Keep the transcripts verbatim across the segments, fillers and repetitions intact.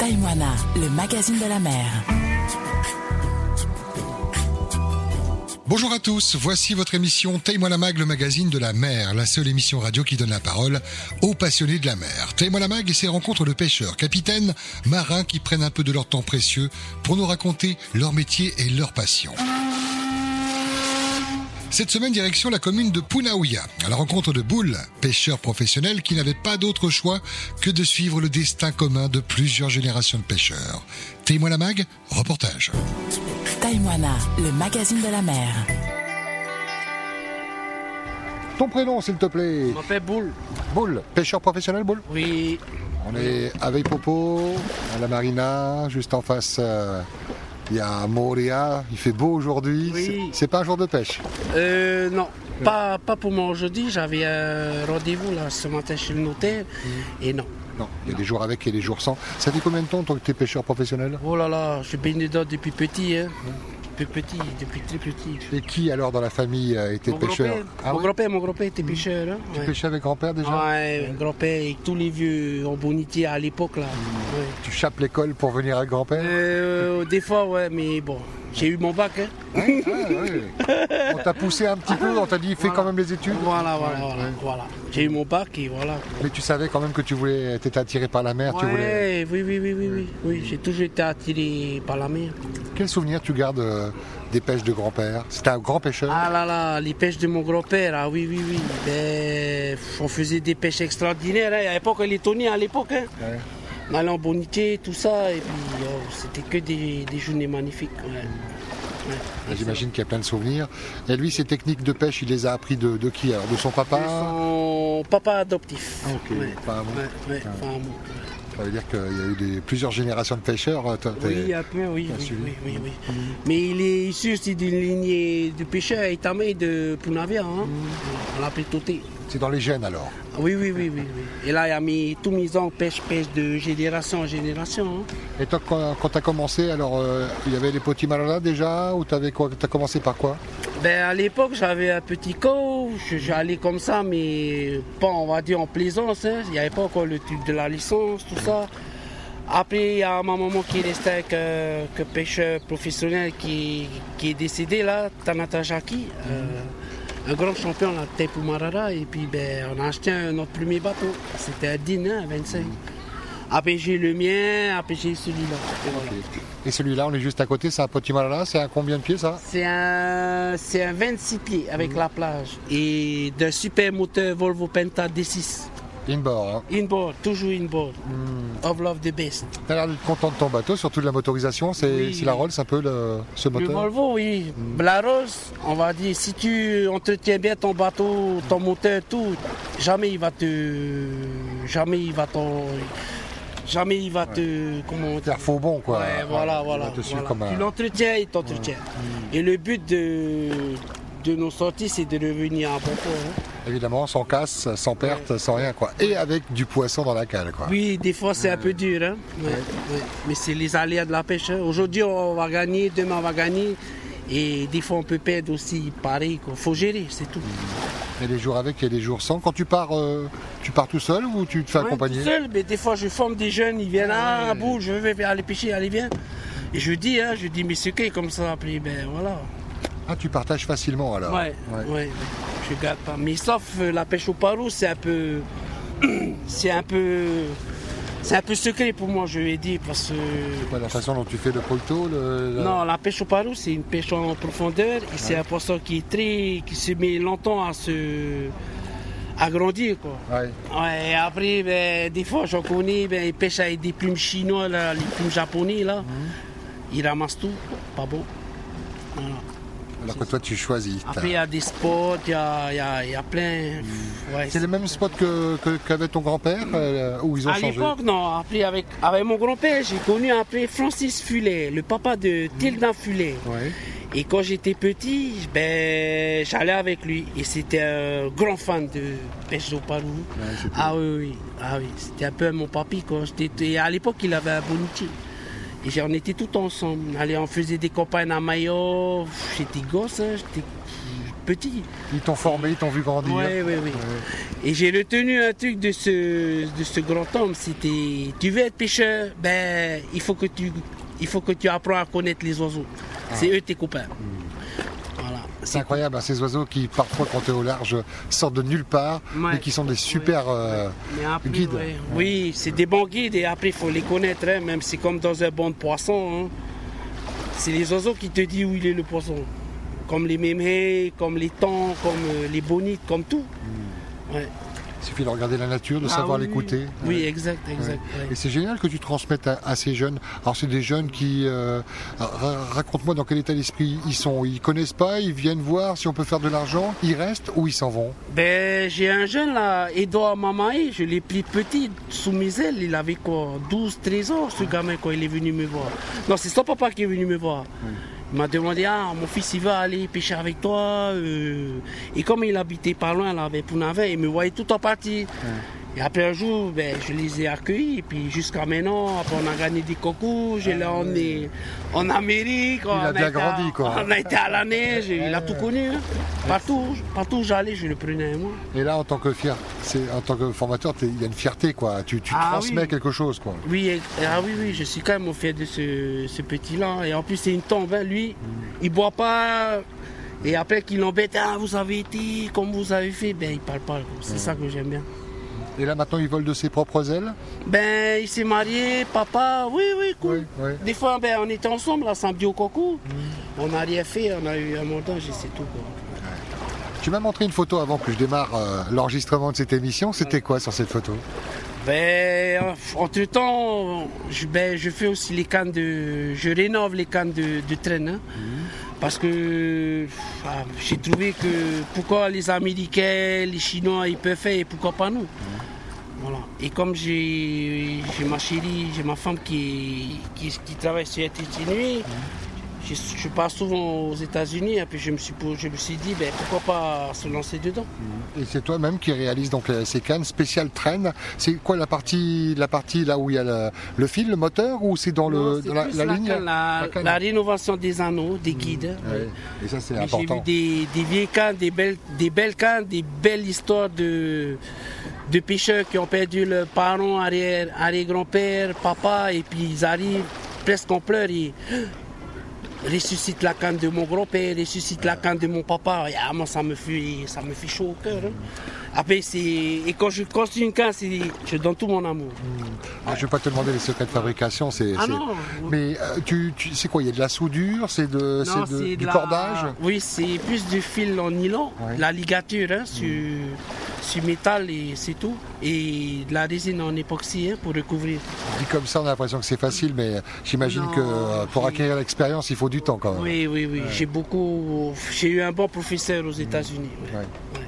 Taïwana, le magazine de la mer. Bonjour à tous, voici votre émission Taille-moi la Mag, le magazine de la mer, la seule émission radio qui donne la parole aux passionnés de la mer. Taille-moi la Mag et ses rencontres de pêcheurs, capitaines, marins qui prennent un peu de leur temps précieux pour nous raconter leur métier et leur passion. Cette semaine, direction la commune de Punaouia, à la rencontre de Boul, pêcheurs professionnels qui n'avaient pas d'autre choix que de suivre le destin commun de plusieurs générations de pêcheurs. Taille-moi la Mag, reportage. Taïwana, le magazine de la mer. Ton prénom, s'il te plaît. Je m'appelle Boul. Boul, pêcheur professionnel, Boul. Oui. On est à Veille-Popo, à la marina, juste en face... Euh... Il y a Moria, il fait beau aujourd'hui, Oui. c'est, c'est pas un jour de pêche. Euh, non, pas, pas pour moi aujourd'hui. J'avais un rendez-vous là ce matin chez le notaire mmh. et non. Non, il y a des jours avec et des jours sans. Ça fait combien de temps toi, que tu es pêcheur professionnel? Oh là là, je baigne dedans depuis petit, hein. Mmh. Depuis petit, depuis très petit. Et qui alors dans la famille était mon pêcheur? Grand-père, ah, mon oui grand-père, mon grand-père était pêcheur. Hein. Tu ouais. pêchais avec grand-père déjà? Ouais, ouais. Grand-père et tous les vieux en bonitier à l'époque là. Mmh. Ouais. Tu chapes l'école pour venir avec grand-père? euh, Des fois, ouais, mais bon, j'ai eu mon bac. Hein. Ouais, ouais, ouais. On t'a poussé un petit peu, on t'a dit fais voilà. quand même les études. Voilà, voilà, ouais, voilà, ouais. voilà. J'ai eu mon bac et voilà. Mais tu savais quand même que tu voulais, t'étais attiré par la mer, ouais, tu voulais. Oui, oui, oui, oui, oui, oui. J'ai toujours été attiré par la mer. Quel souvenir tu gardes euh, des pêches de grand-père? C'était un grand pêcheur? Ah là là, les pêches de mon grand-père, ah oui, oui, oui. Ben, on faisait des pêches extraordinaires. Hein. À l'époque, les tonniers, à l'époque. Hein. Ouais. On allait en bonité, tout ça, et puis oh, c'était que des, des journées magnifiques. Ouais. Ouais, j'imagine qu'il y a plein de souvenirs. Et lui, ces techniques de pêche, il les a appris de, de qui alors? De son papa? De son papa adoptif. Ah, ok, ouais. pas un mot. Ouais, ouais, ah. pas un mot. Ça veut dire qu'il y a eu des, plusieurs générations de pêcheurs. Oui, après, oui, oui, oui, oui, oui. Mmh. Mais il est issu aussi d'une lignée de pêcheurs étamés de Punaouia. Hein. Mmh. On l'appelait Toté. C'est dans les gènes alors? Oui, oui, oui, oui, oui. Et là, il a mis tous mes ans pêche, pêche de génération en génération. Hein. Et toi, quand, quand tu as commencé, alors euh, il y avait les potimarana déjà ou tu as commencé par quoi? Ben, à l'époque, j'avais un petit co, j'allais comme ça, mais pas, on va dire, en plaisance. Hein. Il n'y avait pas encore le truc de la licence, tout ça. Après, il y a ma maman qui est restée avec euh, un pêcheur professionnel qui, qui est décédé, là, Tanata Jackie, euh, un grand champion, là, Taipu Marara. Et puis, ben, on a acheté un, notre premier bateau. C'était un D I N, hein, vingt-cinq. Après, j'ai le mien, après, j'ai celui-là. Et, voilà. Okay. Et celui-là, on est juste à côté, c'est un potimarana, c'est à combien de pieds ça? C'est un, c'est un vingt-six pieds avec mmh. la plage. Et d'un super moteur Volvo Penta D six. Inboard, hein? Inboard, toujours inboard. Mm. Of love the best. T'as l'air d'être content de ton bateau, surtout de la motorisation. C'est, oui. c'est la Rolls un peu le, ce moteur? Le Volvo, oui. Mm. La Rolls, on va dire, si tu entretiens bien ton bateau, ton moteur, tout, jamais il va te. Jamais il va t'en. Jamais il va ouais. te. Comment faire faux bon, quoi. Ouais, voilà, voilà. Te voilà. Comme un... Tu l'entretiens, il t'entretient. Ouais. Mm. Et le but de. de nos sorties, c'est de revenir à bon port. Hein. Évidemment, sans casse, sans perte, ouais. sans rien, quoi. Et avec du poisson dans la cale, quoi. Oui, des fois, c'est ouais. un peu dur, hein. Ouais. Ouais. Ouais. Mais c'est les aléas de la pêche. Hein. Aujourd'hui, on va gagner, demain, on va gagner. Et des fois, on peut perdre aussi, pareil. Il faut gérer, c'est tout. Il y a des jours avec, il y a des jours sans. Quand tu pars, euh, tu pars tout seul ou tu te fais ouais, accompagner? Tout seul, mais des fois, je forme des jeunes, ils viennent, ah, ouais. Boule, je vais aller pêcher, allez, viens. Et je dis, hein, je dis, mais ce qu'est comme ça, après, ben voilà. Ah, tu partages facilement alors? Ouais, ouais, ouais. Je garde pas. Mais sauf euh, la pêche au parou, c'est un peu. c'est un peu. C'est un peu secret pour moi, je vais dire, parce que. C'est pas la façon dont tu fais le poito le, la... Non, la pêche au parou, c'est une pêche en profondeur. Et ouais. C'est un poisson qui est très. qui se met longtemps à se. à grandir, quoi. Ouais. Ouais, et après, ben, des fois, j'en connais, ben, ils pêchent avec des plumes chinois, là, les plumes japonais, là. Mm-hmm. Ils ramassent tout, pas bon. Voilà. Alors que toi, tu choisis. Après, il y a des spots, il y a, y, a, y a plein. Mmh. Ouais, c'est, c'est les mêmes spots que, que, qu'avait ton grand-père euh, ou ils ont à changé? À l'époque, non. Après, avec, avec mon grand-père, j'ai connu après Francis Fulet, le papa de Tilda Fulet. Ouais. Et quand j'étais petit, ben, j'allais avec lui. Et c'était un grand fan de pêche au parou. Ouais, ah oui, oui. Ah oui, c'était un peu mon papy. Quand j'étais... Et à l'époque, il avait un bonitier. Et on était tous ensemble. Allez, on faisait des campagnes à Maillot. J'étais gosse, hein. J'étais petit. Ils t'ont formé, ils t'ont vu grandir. Oui, oui, oui. Et j'ai retenu un truc de ce, de ce grand homme, c'était, tu veux être pêcheur, ben, il faut que tu, il faut que tu apprends à connaître les oiseaux. Ah. C'est eux tes copains. Mmh. Voilà. C'est incroyable, hein, ces oiseaux qui, parfois, quand tu es au large, sortent de nulle part, ouais. et qui sont des super ouais. euh, mais après, guides. Ouais. Oui, c'est des bons guides, et après, il faut les connaître, hein, même c'est comme dans un banc de poissons. Hein. C'est les oiseaux qui te disent où il est le poisson. Comme les mémés, comme les thons, comme euh, les bonites, comme tout. Mmh. Ouais. Il suffit de regarder la nature, de ah, savoir oui, l'écouter. Oui, ouais. exact, exact. Ouais. Ouais. Et c'est génial que tu transmettes à, à ces jeunes. Alors c'est des jeunes qui... Euh, ra- raconte-moi dans quel état d'esprit ils sont. Ils connaissent pas, ils viennent voir si on peut faire de l'argent. Ils restent ou ils s'en vont? Ben, j'ai un jeune là, Edouard Mamaï, je l'ai pris petit, sous mes ailes. Il avait quoi, douze treize ans, ce gamin, quand il est venu me voir. Non, c'est son papa qui est venu me voir. Oui. Il m'a demandé, ah, mon fils, il va aller pêcher avec toi. Euh... Et comme il habitait pas loin, là, avec Pounavet, il me voyait tout en partie. Ouais. Et après un jour, ben, je les ai accueillis. Et puis jusqu'à maintenant, après, on a gagné des concours. Je l'ai emmené en Amérique. Il a bien grandi, à... quoi. On a été à la neige. Ouais. Il a tout connu. Hein. Partout, partout où j'allais, je le prenais moi. Et là, en tant que, fier... en tant que formateur, il y a une fierté, quoi. Tu, tu ah, transmets oui. quelque chose, quoi. Oui, et... ah, oui, oui, je suis quand même au fier de ce, ce petit-là. Et en plus, c'est une tombe. Hein. Lui, mm. il ne boit pas. Et après qu'il l'embête, ah, vous avez été, comme vous avez fait, ben, il ne parle pas. C'est mm. ça que j'aime bien. Et là maintenant il vole de ses propres ailes? Ben il s'est marié, papa, oui oui cool. Oui, oui. Des fois ben, on était ensemble à Saint-Bio-Coco, mmh. on n'a rien fait, on a eu un montage et c'est tout quoi. Ouais. Tu m'as montré une photo avant que je démarre euh, l'enregistrement de cette émission, c'était ouais. quoi sur cette photo? Ben entre temps je, ben, je fais aussi les cannes de. Je rénove les cannes de, de traîne. Hein. Mmh. Parce que ah, j'ai trouvé que pourquoi les Américains, les Chinois ils peuvent faire et pourquoi pas nous. Mmh. Voilà. Et comme j'ai, j'ai ma chérie, j'ai ma femme qui, qui, qui travaille sur T T Nuit, mmh. je, je pars souvent aux États-Unis et puis je me suis, je me suis dit ben, pourquoi pas se lancer dedans. Et c'est toi-même qui réalise donc ces cannes spéciales traîne. C'est quoi la partie, la partie là où il y a le, le fil, le moteur, ou c'est dans, non, le, c'est dans la, la, la ligne canne, la, la, la rénovation des anneaux, des guides. Mmh. Ouais. Et ça c'est important. J'ai vu des, des vieilles cannes, des belles, des belles cannes, des belles histoires de, de pêcheurs qui ont perdu leurs parents, arrière, arrière-grand-père, papa, et puis ils arrivent presque en pleurs. Et, ressuscite la canne de mon grand-père, ressuscite la canne de mon papa. Et, ah, moi, ça me fait, ça me fait chaud au cœur. Hein. Après, c'est... Et quand je construis une canne, c'est... je donne tout mon amour. Mmh. Ah, je ne vais pas te demander les secrets de fabrication. C'est, ah c'est... non. Mais euh, tu, tu... c'est quoi? Il y a de la soudure? C'est, de... non, c'est, de... c'est du la... cordage? Oui, c'est plus du fil en nylon, ouais. La ligature hein, mmh. sur... sur métal et c'est tout. Et de la résine en époxy hein, pour recouvrir. Dit comme ça, on a l'impression que c'est facile, mais j'imagine non, que pour acquérir l'expérience, il faut du temps quand même. Oui, oui, oui. Ouais. J'ai beaucoup... J'ai eu un bon professeur aux États-Unis. Ouais. Ouais. Ouais.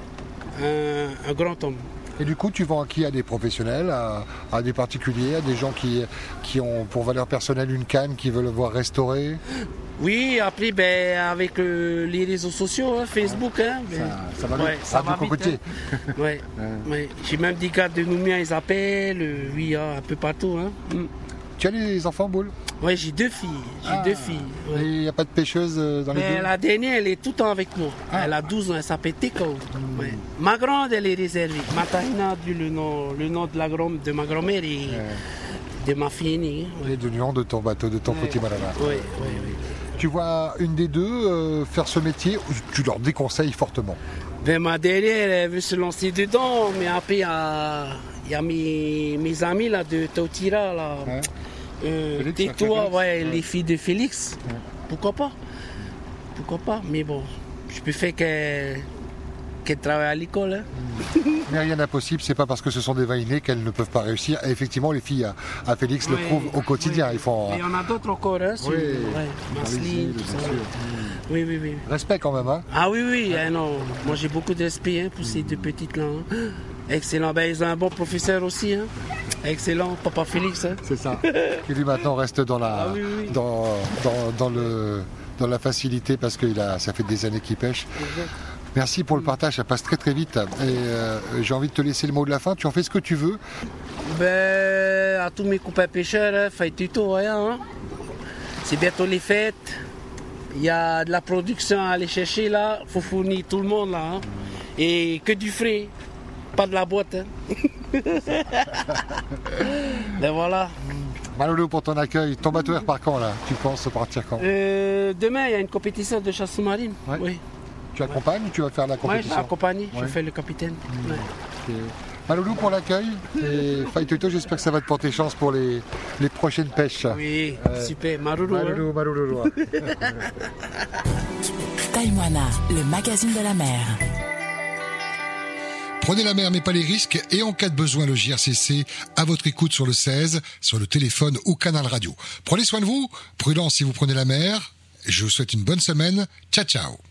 Un, un grand homme. Et du coup, tu vends à qui? À des professionnels, à, à des particuliers, à des gens qui, qui ont pour valeur personnelle une canne, qui veulent le voir restaurée? Oui, après, ben, avec euh, les réseaux sociaux, hein, Facebook. Hein, ben, ça, ça va, ouais, ça va vite. Hein. Ouais, ouais. J'ai même des gars de Nouméa, ils appellent, euh, oui, hein, un peu partout. Hein. Mm. Tu as les enfants, Boule? Oui, j'ai deux filles. J'ai ah, deux filles. Ouais. Et il n'y a pas de pêcheuse dans les mais deux? La dernière, elle est tout le temps avec moi. Ah. Elle a douze ans, elle s'appelle Teko. Mm. Ouais. Ma grande, elle est réservée. Matahina, le nom, le nom de, la grand, de ma grand-mère et ouais. de ma fille aînée. Ouais. Et du nom de ton bateau, de ton ouais. petit Malala. Oui, oui, oui. Tu vois une des deux euh, faire ce métier, tu leur déconseilles fortement? Ben, ma dernière, elle veut se lancer dedans, mais après, il y a, y a mes, mes amis là, de Tautira, là. Ouais. Euh, Félix, tais-toi, ouais, ouais, les filles de Félix. Ouais. Pourquoi pas? Pourquoi pas? Mais bon, je peux faire qu'elle, qu'elle travaille à l'école. Hein. Mais rien d'impossible, c'est pas parce que ce sont des vainés qu'elles ne peuvent pas réussir. Et effectivement, les filles à, à Félix oui, le prouvent au quotidien. Oui. Ils font, et il y en a d'autres encore, hein, sur, oui. ouais, Marceline, tout ça. Oui, oui, oui. Respect quand même, hein? Ah oui, oui, hein, non. Moi j'ai beaucoup de respect hein, pour ces deux petites-là. Hein. Excellent. Ben, ils ont un bon professeur aussi. Hein. Excellent, papa Félix. Hein. C'est ça. Qui lui maintenant reste dans la, ah, oui, oui. Dans, dans, dans, le, dans la facilité parce que il a, ça fait des années qu'il pêche. Exact. Merci pour le partage, ça passe très très vite. Et euh, j'ai envie de te laisser le mot de la fin. Tu en fais ce que tu veux. Ben, à tous mes copains pêcheurs, hein, faites tuto, rien. Hein. C'est bientôt les fêtes. Il y a de la production à aller chercher là, il faut fournir tout le monde là. Hein. Et que du frais, pas de la boîte. Hein. Ben voilà. Maloulou, pour ton accueil, ton bateau repart quand là? Tu penses partir quand? euh, Demain, il y a une compétition de chasse sous-marine. Ouais. Oui. Tu accompagnes ou tu vas faire la compétition? Oui, je vais accompagner, ouais. je fais le capitaine. Mmh. Ouais. Okay. Maloulou pour l'accueil et Faïtoto, j'espère que ça va te porter chance pour les, les prochaines pêches. Oui, euh, super. Maloulou. Maloulou, hein. Maloulou. Taïwana, le magazine de la mer. Prenez la mer mais pas les risques et en cas de besoin le J R C C à votre écoute sur le seize, sur le téléphone ou canal radio. Prenez soin de vous, prudence si vous prenez la mer. Je vous souhaite une bonne semaine. Ciao ciao.